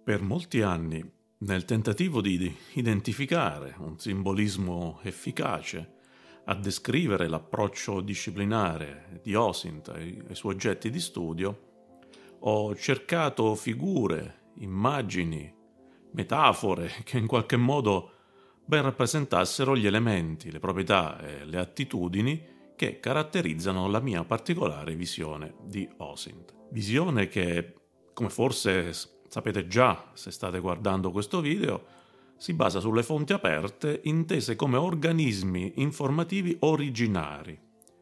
Per molti anni, nel tentativo di identificare un simbolismo efficace a descrivere l'approccio disciplinare di Osint ai suoi oggetti di studio, ho cercato figure, immagini, metafore che in qualche modo ben rappresentassero gli elementi, le proprietà e le attitudini che caratterizzano la mia particolare visione di Osint. Visione che, come forse sapete già se state guardando questo video, si basa sulle fonti aperte intese come organismi informativi originari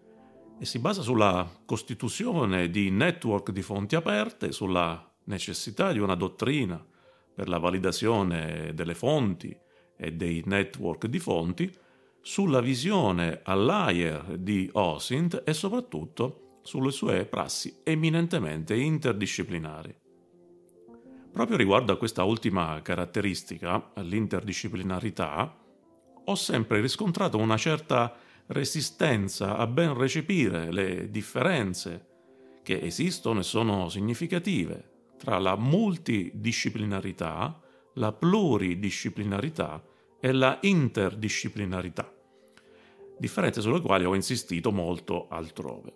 e si basa sulla costituzione di network di fonti aperte, sulla necessità di una dottrina per la validazione delle fonti e dei network di fonti, sulla visione a layer di Osint e soprattutto sulle sue prassi eminentemente interdisciplinari. Proprio riguardo a questa ultima caratteristica, l'interdisciplinarità, ho sempre riscontrato una certa resistenza a ben recepire le differenze che esistono e sono significative tra la multidisciplinarità, la pluridisciplinarità e la interdisciplinarità, differenze sulle quali ho insistito molto altrove,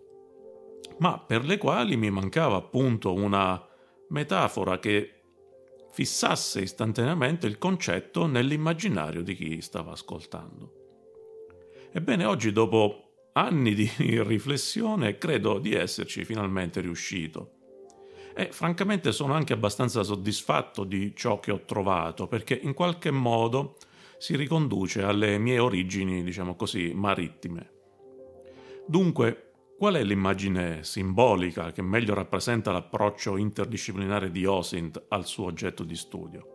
ma per le quali mi mancava appunto una metafora che fissasse istantaneamente il concetto nell'immaginario di chi stava ascoltando. Ebbene, oggi, dopo anni di riflessione, credo di esserci finalmente riuscito. E francamente sono anche abbastanza soddisfatto di ciò che ho trovato, perché in qualche modo si riconduce alle mie origini, diciamo così, marittime. Dunque, qual è l'immagine simbolica che meglio rappresenta l'approccio interdisciplinare di Osint al suo oggetto di studio?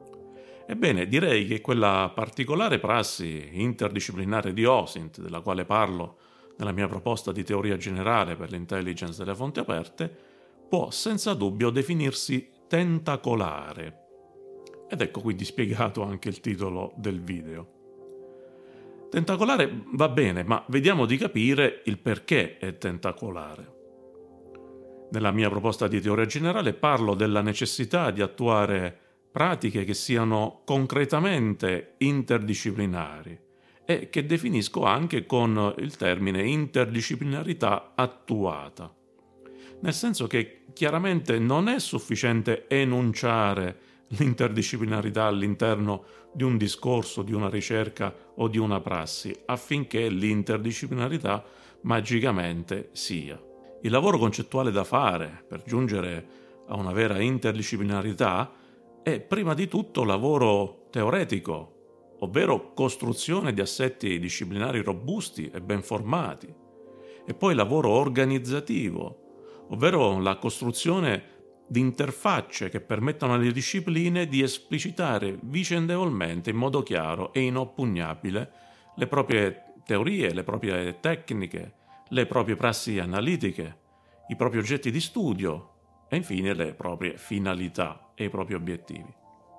Ebbene, direi che quella particolare prassi interdisciplinare di Osint, della quale parlo nella mia proposta di teoria generale per l'intelligence delle fonti aperte, può senza dubbio definirsi tentacolare. Ed ecco quindi spiegato anche il titolo del video. Tentacolare va bene, ma vediamo di capire il perché è tentacolare. Nella mia proposta di teoria generale parlo della necessità di attuare pratiche che siano concretamente interdisciplinari e che definisco anche con il termine interdisciplinarità attuata. Nel senso che chiaramente non è sufficiente enunciare l'interdisciplinarità all'interno di un discorso, di una ricerca o di una prassi, affinché l'interdisciplinarità magicamente sia. Il lavoro concettuale da fare per giungere a una vera interdisciplinarità è prima di tutto lavoro teoretico, ovvero costruzione di assetti disciplinari robusti e ben formati, e poi lavoro organizzativo, ovvero la costruzione di interfacce che permettano alle discipline di esplicitare vicendevolmente in modo chiaro e inoppugnabile le proprie teorie, le proprie tecniche, le proprie prassi analitiche, i propri oggetti di studio e infine le proprie finalità e i propri obiettivi.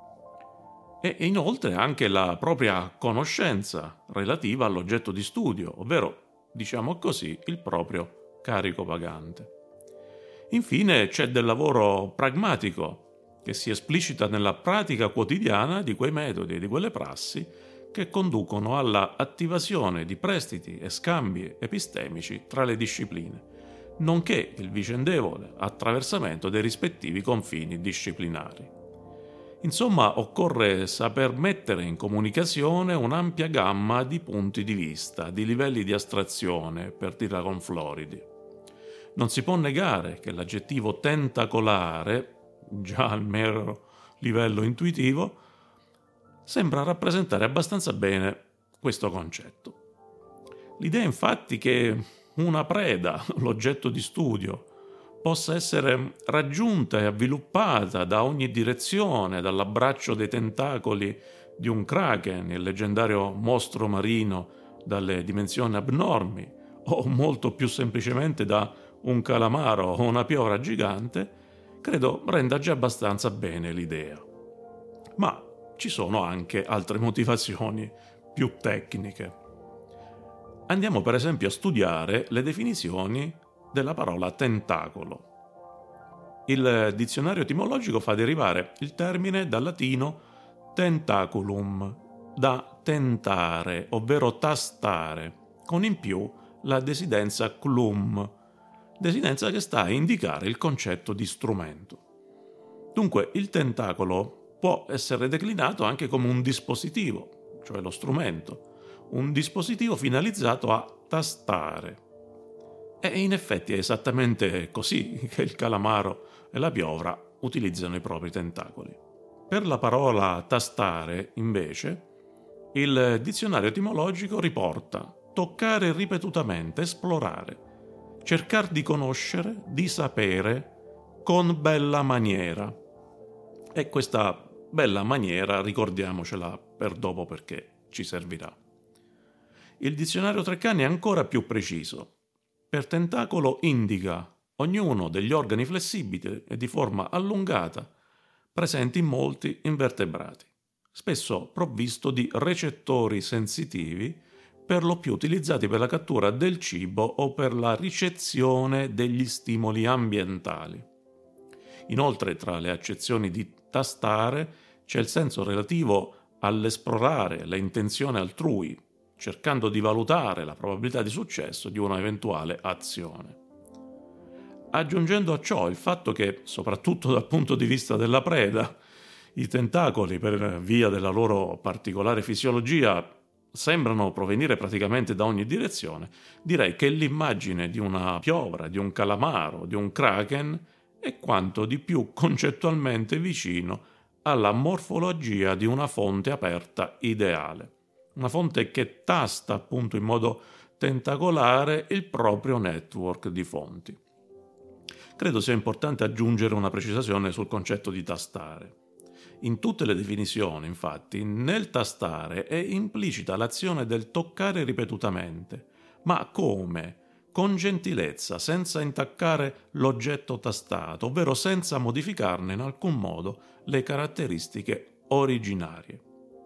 E inoltre anche la propria conoscenza relativa all'oggetto di studio, ovvero, diciamo così, il proprio carico pagante. Infine c'è del lavoro pragmatico che si esplicita nella pratica quotidiana di quei metodi e di quelle prassi che conducono alla attivazione di prestiti e scambi epistemici tra le discipline, nonché il vicendevole attraversamento dei rispettivi confini disciplinari. Insomma, occorre saper mettere in comunicazione un'ampia gamma di punti di vista, di livelli di astrazione, per dirla con Floridi. Non si può negare che l'aggettivo tentacolare, già al mero livello intuitivo, sembra rappresentare abbastanza bene questo concetto. L'idea infatti che una preda, l'oggetto di studio, possa essere raggiunta e avviluppata da ogni direzione, dall'abbraccio dei tentacoli di un kraken, il leggendario mostro marino dalle dimensioni abnormi, o molto più semplicemente da un calamaro o una piovra gigante, credo renda già abbastanza bene l'idea. Ma ci sono anche altre motivazioni più tecniche. Andiamo per esempio a studiare le definizioni della parola tentacolo. Il dizionario etimologico fa derivare il termine dal latino tentaculum, da tentare, ovvero tastare, con in più la desidenza clum, desidenza che sta a indicare il concetto di strumento. Dunque il tentacolo può essere declinato anche come un dispositivo, cioè lo strumento, un dispositivo finalizzato a tastare. E in effetti è esattamente così che il calamaro e la piovra utilizzano i propri tentacoli. Per la parola tastare, invece, il dizionario etimologico riporta toccare ripetutamente, esplorare, cercare di conoscere, di sapere, con bella maniera. E questa bella maniera ricordiamocela per dopo perché ci servirà. Il dizionario Treccani è ancora più preciso. Per tentacolo indica ognuno degli organi flessibili e di forma allungata presenti in molti invertebrati, spesso provvisto di recettori sensitivi per lo più utilizzati per la cattura del cibo o per la ricezione degli stimoli ambientali. Inoltre, tra le accezioni di tastare c'è il senso relativo all'esplorare le intenzioni altrui, cercando di valutare la probabilità di successo di una eventuale azione. Aggiungendo a ciò il fatto che, soprattutto dal punto di vista della preda, i tentacoli, per via della loro particolare fisiologia, sembrano provenire praticamente da ogni direzione, direi che l'immagine di una piovra, di un calamaro, di un kraken è quanto di più concettualmente vicino alla morfologia di una fonte aperta ideale. Una fonte che tasta appunto in modo tentacolare il proprio network di fonti. Credo sia importante aggiungere una precisazione sul concetto di tastare. In tutte le definizioni, infatti, nel tastare è implicita l'azione del toccare ripetutamente, ma come? Con gentilezza, senza intaccare l'oggetto tastato, ovvero senza modificarne in alcun modo le caratteristiche originarie.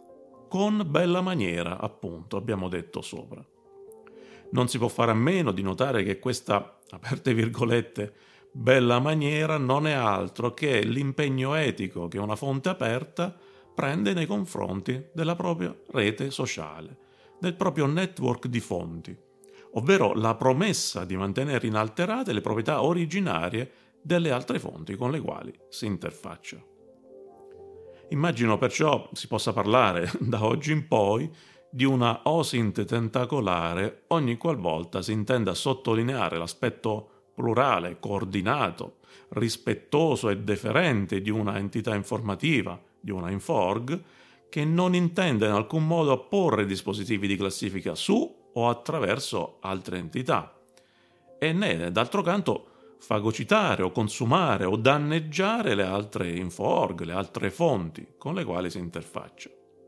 Con bella maniera, appunto, abbiamo detto sopra. Non si può fare a meno di notare che questa, aperte virgolette, bella maniera non è altro che l'impegno etico che una fonte aperta prende nei confronti della propria rete sociale, del proprio network di fonti, ovvero la promessa di mantenere inalterate le proprietà originarie delle altre fonti con le quali si interfaccia. Immagino perciò si possa parlare, da oggi in poi, di una OSINT tentacolare ogni qualvolta si intenda sottolineare l'aspetto plurale, coordinato, rispettoso e deferente di una entità informativa, di una Inforg, che non intende in alcun modo apporre dispositivi di classifica su o attraverso altre entità, e né, d'altro canto, fagocitare o consumare o danneggiare le altre Inforg, le altre fonti con le quali si interfaccia.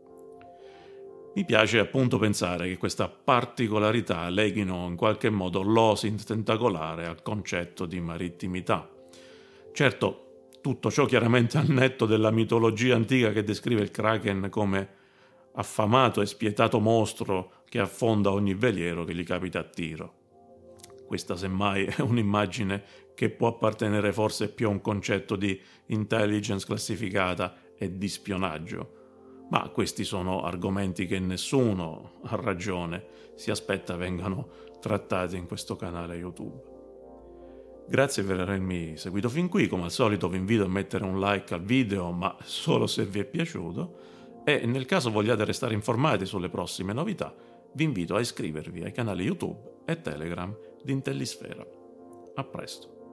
Mi piace appunto pensare che questa particolarità leghino in qualche modo l'OSINT tentacolare al concetto di marittimità. Certo, tutto ciò chiaramente al netto della mitologia antica che descrive il Kraken come affamato e spietato mostro che affonda ogni veliero che gli capita a tiro. Questa semmai è un'immagine che può appartenere forse più a un concetto di intelligence classificata e di spionaggio. Ma questi sono argomenti che nessuno, a ragione, si aspetta vengano trattati in questo canale YouTube. Grazie per avermi seguito fin qui, come al solito vi invito a mettere un like al video, ma solo se vi è piaciuto, e nel caso vogliate restare informati sulle prossime novità, vi invito a iscrivervi ai canali YouTube e Telegram di Intellisfera. A presto.